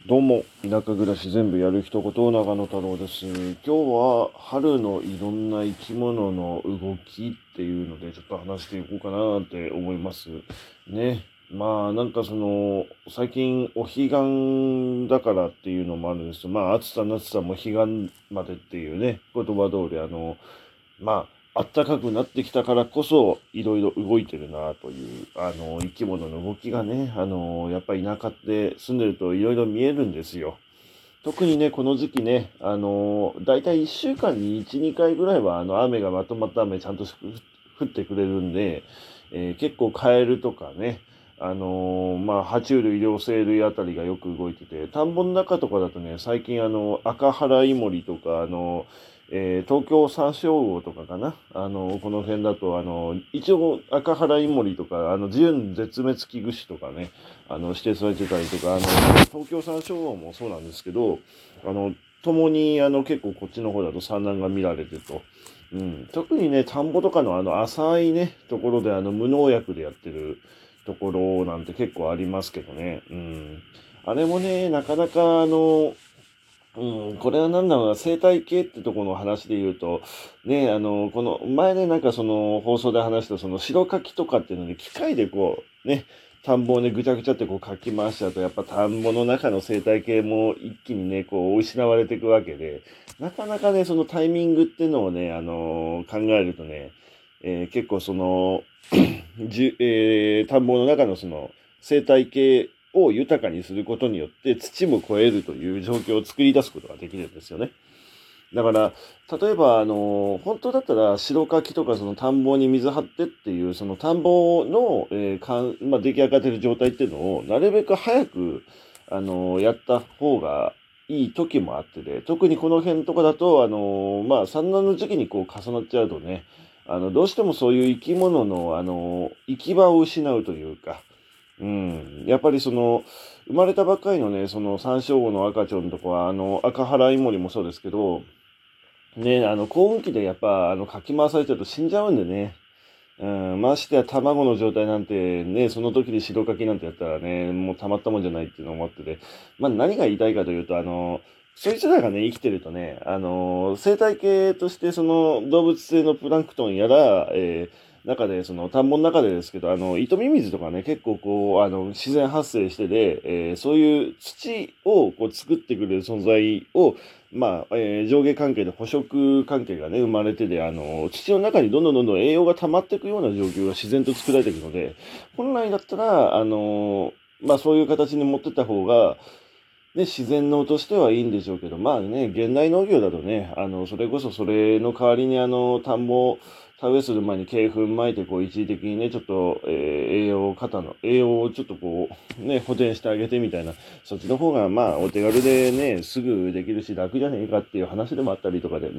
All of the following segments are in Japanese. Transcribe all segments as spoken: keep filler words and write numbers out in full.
どうも、田舎暮らし全部やる一言、長野太郎です。今日は春のいろんな生き物の動きっていうので、ちょっと話していこうかなって思います。ね。まあ、なんかその、最近お彼岸だからっていうのもあるんです。まあ、暑さ夏さも彼岸までっていうね、言葉通り、あの、まあ、暖かくなってきたからこそ、いろいろ動いてるなという、あの、生き物の動きがね、あの、やっぱり田舎って住んでるといろいろ見えるんですよ。特にね、この時期ね、あの、だいたいいっしゅうかんにいち、にかいぐらいは、あの、雨がまとまった雨ちゃんと降ってくれるんで、えー結構カエルとかね、あのーまあ、爬虫類、両生類あたりがよく動いてて、田んぼの中とかだとね、最近あの、赤原イモリとか、あの、えー東京山椒魚とかかな。あの、この辺だと、あの、一応赤原イモリとか、あの、準絶滅危惧種とかね、あの、指定されてたりとか、あの、東京山椒魚もそうなんですけど、あの、共に、あの、結構こっちの方だと産卵が見られてと。うん。特にね、田んぼとかのあの、浅いね、ところで、あの、無農薬でやってるところなんて結構ありますけどね。うん。あれもね、なかなか、あの、うん、これは何だろうな、生態系ってところの話で言うと、ね、あの、この、前ね、なんかその、放送で話したその、白かきとかっていうので、機械でこう、ね、田んぼをね、ぐちゃぐちゃってこう、かき回しちゃうと、やっぱ田んぼの中の生態系も一気にね、こう、失われていくわけで、なかなかね、そのタイミングっていうのをね、あの考えるとね、えー結構その、じゅ、えー田んぼの中のその、生態系を豊かにすることによって土も肥えるという状況を作り出すことができるんですよね。だから、例えば、あの、本当だったら、白柿とか、その田んぼに水張ってっていう、その田んぼの、えーかん、まあ、出来上がってる状態っていうのを、なるべく早く、あの、やった方がいい時もあってで、特にこの辺とかだと、あの、まあ、産卵の時期にこう重なっちゃうとね、あの、どうしてもそういう生き物の、あの、行き場を失うというか、うん。やっぱりその、生まれたばっかりのね、その山椒魚の赤ちゃんとかは、あの、赤原イモリもそうですけど、ね、あの、幸運期でやっぱ、あの、かき回されちゃうと死んじゃうんでね。うん、ましてや卵の状態なんてね、その時で白かきなんてやったらね、もうたまったもんじゃないっていうのを思ってて、まあ何が言いたいかというと、あの、そいつらがね、生きてるとね、あの、生態系としてその動物性のプランクトンやら、えー中で、その田んぼの中でですけど、あの、糸ミミズとかね、結構こう、あの、自然発生してで、えーそういう土をこう作ってくれる存在を、まあ、えー上下関係で捕食関係がね、生まれてで、あの、土の中にどんどんどんどん栄養が溜まっていくような状況が自然と作られていくので、本来だったら、あの、まあそういう形に持ってった方が、ね、自然農としてはいいんでしょうけど、まあね、現代農業だとね、あの、それこそそれの代わりにあの、田んぼを田植えする前に鶏粉撒いて、こう、一時的にね、ちょっと、えー栄養過多の、栄養をちょっとこう、ね、補填してあげてみたいな、そっちの方が、まあ、お手軽でね、すぐできるし、楽じゃねえかっていう話でもあったりとかで、うん、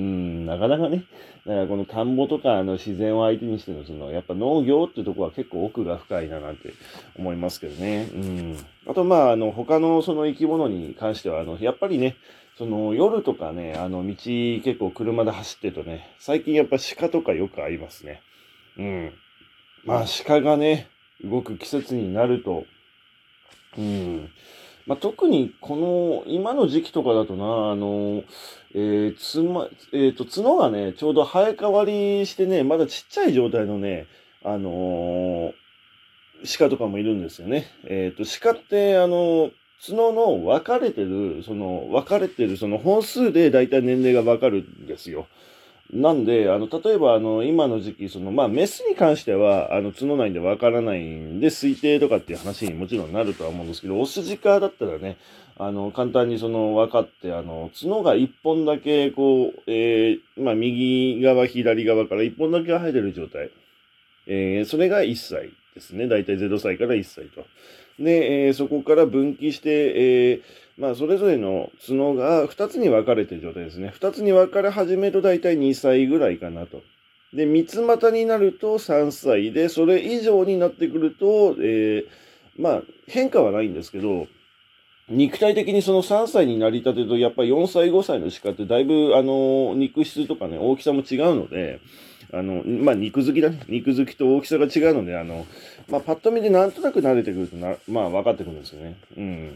なかなかね、だからこの田んぼとか、あの、自然を相手にしての、その、やっぱ農業っていうところは結構奥が深いななんて思いますけどね。うん。あと、まあ、あの、他のその生き物に関しては、あの、やっぱりね、その夜とかね、あの、道結構車で走ってるとね、最近やっぱ鹿とかよく会いますね。うん。まあ、鹿がね、動く季節になると、うん。まあ、特にこの、今の時期とかだとな、あの、えーつま、えっと、角がね、ちょうど生え変わりしてね、まだちっちゃい状態のね、あのー鹿とかもいるんですよね。えっと、鹿って、あの、角の分かれてる、その、分かれてる、その本数で大体年齢が分かるんですよ。なんで、あの、例えば、あの、今の時期、その、まあ、メスに関しては、あの、角ないんで分からないんで、推定とかっていう話にもちろんなるとは思うんですけど、オスジカだったらね、あの、簡単にその、分かって、あの、角が一本だけ、こう、えー、まあ、右側、左側から一本だけ生えてる状態。えーそれがいっさいですね。だいたいゼロさいからいっさいと。で、えーそこから分岐して、えーまあ、それぞれの角がふたつに分かれている状態ですね。ふたつに分かれ始めるとだいたいにさいぐらいかなと。で、三つ股になるとさんさいで、それ以上になってくると、えーまあ、変化はないんですけど、肉体的にそのさんさいになりたてと、やっぱりよんさい、ごさいの鹿ってだいぶ、あの、肉質とかね、大きさも違うので、あの、まあ、肉好きだね。肉好きと大きさが違うので、あの、まあ、パッと見でなんとなく慣れてくるとな、まあ、分かってくるんですよね。うん。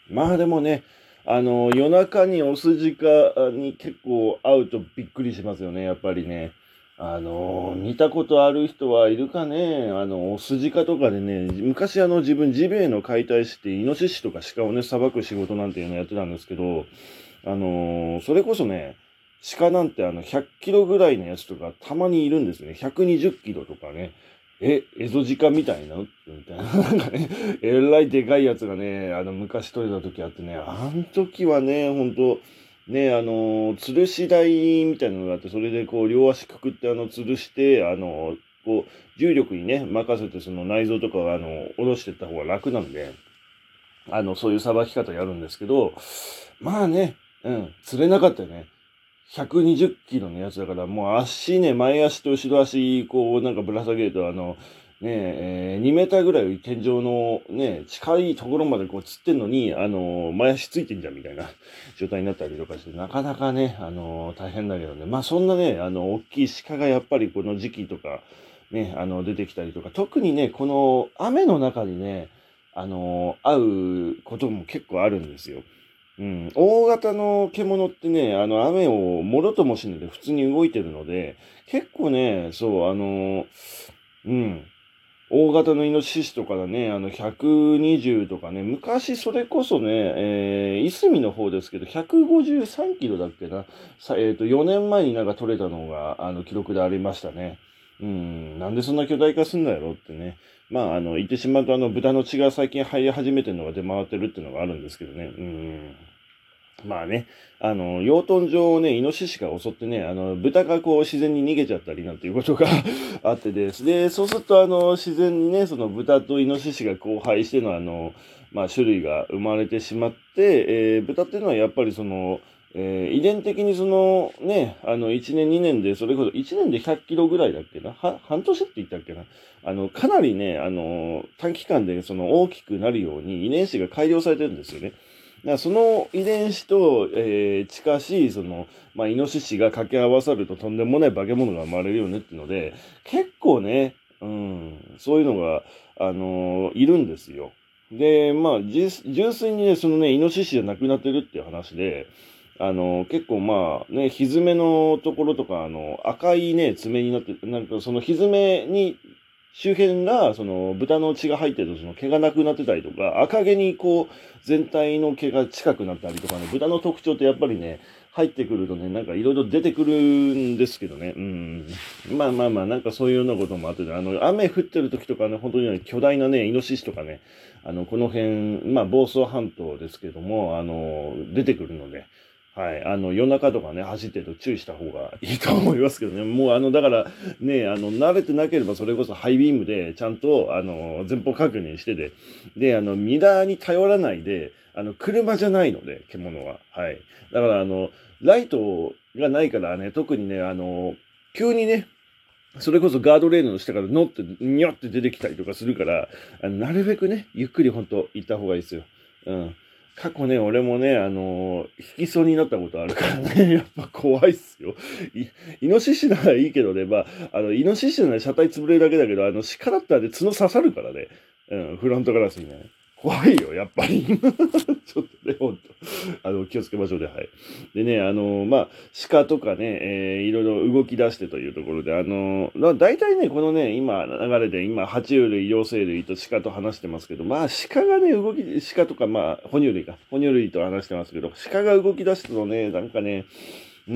まあでもね、あの、夜中にオスジカに結構会うとびっくりしますよね、やっぱりね。あの、見たことある人はいるかね。あの、オスジカとかでね、昔あの自分ジビエの解体してイノシシとか鹿をね、さばく仕事なんていうのやってたんですけど、あの、それこそね、鹿なんてあのひゃっキロぐらいのやつとかたまにいるんですね。ひゃくにじゅっキロとかね。え、エゾジカみたいなみたいな。なんかね、えらいでかいやつがね、あの、昔取れた時あってね、あの時はね、ほんと、ね、あの、吊るし台みたいなのがあって、それでこう、両足くくって、あの、吊るして、あの、こう、重力にね、任せて、その内臓とかを、あの、下ろしていった方が楽なんで、あの、そういうさばき方やるんですけど、まあね、うん、釣れなかったよね。ひゃくにじゅっキロのやつだから、もう足ね、前足と後ろ足、こう、なんかぶら下げると、あの、ねえ、えーにメーターぐらい天井のね、近いところまでこう釣ってんのに、あの、前足ついてんじゃんみたいな状態になったりとかして、なかなかね、あの、大変だけどね。まあそんなね、あの、大きい鹿がやっぱりこの時期とか、ね、あの、出てきたりとか、特にね、この雨の中にね、あの、会うことも結構あるんですよ。うん、大型の獣ってね、あの、雨をもろともしないで普通に動いてるので、結構ね、そう、あの、うん、大型のイノシシとかだね、あの、ひゃくにじゅうとかね、昔それこそね、えー、いすみの方ですけど、ひゃくごじゅうさんキロだっけな、さ、えっと、よねんまえになんか取れたのが、あの、記録でありましたね。うん、なんでそんな巨大化すんのやろってね。まあ、あの、言ってしまうと、あの、豚の血が最近入り始めてるのが出回ってるっていうのがあるんですけどね。うん。まあね、あの、養豚場をね、イノシシが襲ってね、あの、豚がこう自然に逃げちゃったりなんていうことがあってです。で、そうするとあの、自然にね、その豚とイノシシが交配してのあの、まあ種類が生まれてしまって、えー豚っていうのはやっぱりその、えー遺伝的にそのね、あの、いちねんにねんで、それこそいちねんでひゃっキロぐらいだっけな、は、半年って言ったっけな。あの、かなりね、あの、短期間でその大きくなるように遺伝子が改良されてるんですよね。だからその遺伝子と、えー近しい、その、まあ、イノシシが掛け合わさるととんでもない化け物が生まれるよねっていうので、結構ね、うん、そういうのが、あのーいるんですよ。で、まあ、じ純粋にね、そのね、イノシシじゃなくなってるっていう話で、あのー結構まあ、ね、ひずめのところとか、あの、赤いね、爪になって、なんかそのひずめに、周辺が、その、豚の血が入ってると、その毛がなくなってたりとか、赤毛にこう、全体の毛が近くなったりとかね、豚の特徴ってやっぱりね、入ってくるとね、なんかいろいろ出てくるんですけどね、うん。まあまあまあ、なんかそういうようなこともあってね、あの、雨降ってる時とかね、本当にね、巨大なね、イノシシとかね、あの、この辺、まあ、房総半島ですけども、あの、出てくるので、はい。あの、夜中とかね、走ってると注意した方がいいと思いますけどね。もう、あの、だから、ね、あの、慣れてなければ、それこそハイビームで、ちゃんと、あの、前方確認してで、で、あの、ミラーに頼らないで、あの、車じゃないので、獣は。はい。だから、あの、ライトがないからね、特にね、あの、急にね、それこそガードレールの下から乗って、にょって出てきたりとかするから、あのなるべくね、ゆっくりほんと行った方がいいですよ。うん。過去ね、俺もね、あのー引きそうになったことあるからね、やっぱ怖いっすよ。い、イノシシならいいけどね、まあ、あの、イノシシなら車体潰れるだけだけど、あの、鹿だったらね、角刺さるからね。うん、フロントガラスにね。怖いよ、やっぱり。ちょっとね、ほんと。あの、気をつけましょうね、はい。でね、あの、まあ、鹿とかね、えーいろいろ動き出してというところで、あの、だ大体ね、このね、今、流れで、今、爬虫類、両生類と鹿と話してますけど、まあ、鹿がね、動き、鹿とか、まあ、哺乳類か、哺乳類と話してますけど、鹿が動き出すとね、なんかね、うん、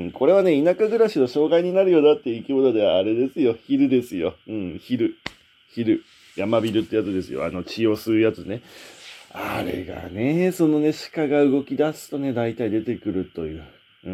これはね、田舎暮らしの障害になるよなっていう生き物ではあれですよ、昼ですよ。うん、昼。昼。山ビルってやつですよ。あの血を吸うやつね。あれがね、そのね、鹿が動き出すとね、大体出てくるという。うん。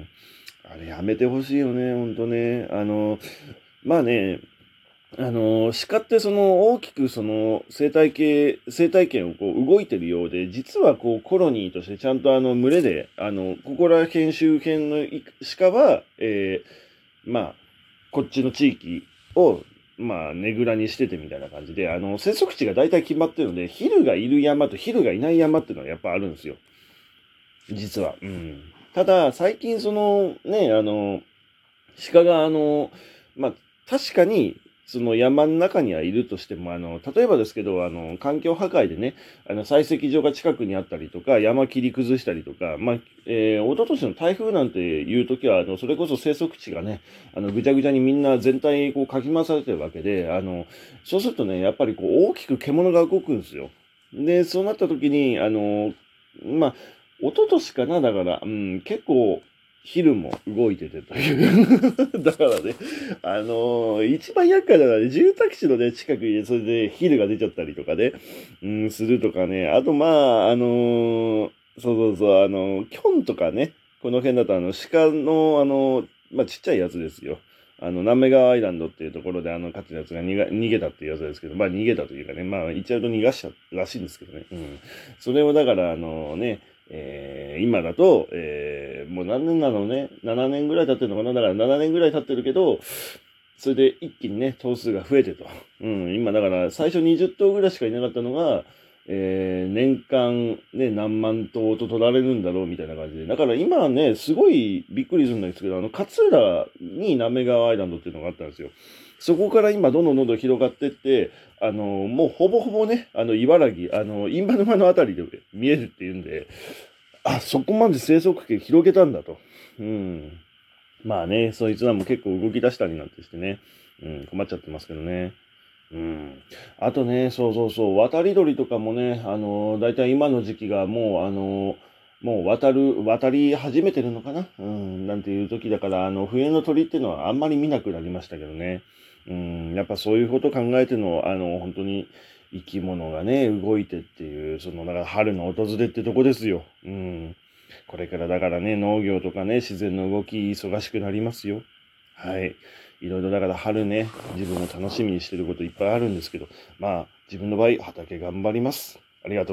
あれやめてほしいよね、ほんとね。あの、まあね、あの、鹿ってその大きくその生態系、生態圏をこう動いてるようで、実はこうコロニーとしてちゃんとあの群れで、あの、ここら辺周辺のい鹿は、えーまあ、こっちの地域を、まあ、ねぐらにしててみたいな感じで、あの、生息地が大体決まってるので、ヒルがいる山とヒルがいない山っていうのはやっぱあるんですよ。実は。うん。ただ、最近その、ね、あの、鹿があの、まあ、確かに、 その山の中にはいるとしても、あの、例えばですけど、あの、環境破壊でね、あの、採石場が近くにあったりとか、山切り崩したりとか、まあ、えー、一昨年の台風なんていう時は、あの、それこそ生息地がね、あの、ぐちゃぐちゃにみんな全体こうかき回されてるわけで、あの、そうするとね、やっぱりこう大きく獣が動くんですよ。で、そうなった時に、あの、まあ、一昨年かな、だから、うん、結構、昼も動いててというだからね、あのー一番厄介なのはね、住宅地のね、近くにね、それで昼が出ちゃったりとかね、うん、するとかね、あと、まあ、あのーそうそうそう、あのーキョンとかね、この辺だと、あの、鹿の、あのーまあ、ちっちゃいやつですよ。あの、ナメガアイランドっていうところで、あの、飼ってたやつが逃が逃げたっていうやつですけど、まあ、逃げたというかね、まあ、言っちゃうと逃がしたらしいんですけどね。うん。それを、だから、あのね、えー、今だと、えー、もう何年なのね、ななねんぐらい経ってるのかな、だからななねんぐらい経ってるけど、それで一気にね、頭数が増えてと。うん、今だから最初にじゅっ頭ぐらいしかいなかったのが、えー、年間ね、何万頭と取られるんだろうみたいな感じで。だから今はね、すごいびっくりするんですけど、あの、勝浦に滑川アイランドっていうのがあったんですよ。そこから今どんどんどんどん広がってって、あの、もうほぼほぼね、あの、茨城、あの、印旛沼のあたりで見えるっていうんで、あ、そこまで生息圏広げたんだと。うん。まあね、そいつらも結構動き出したりなんてしてね、うん、困っちゃってますけどね。うん。あとね、そうそうそう、渡り鳥とかもね、あの、だいたい今の時期がもう、あの、もう渡る、渡り始めてるのかな、うん、なんていう時だから、あの、冬の鳥っていうのはあんまり見なくなりましたけどね。うん、やっぱそういうこと考えての、あの、本当に生き物がね、動いてっていう、その、だから春の訪れってとこですよ。うん。これからだからね、農業とかね、自然の動き忙しくなりますよ。はい。いろいろだから春ね、自分も楽しみにしてることいっぱいあるんですけど、まあ、自分の場合、畑頑張ります。ありがとう。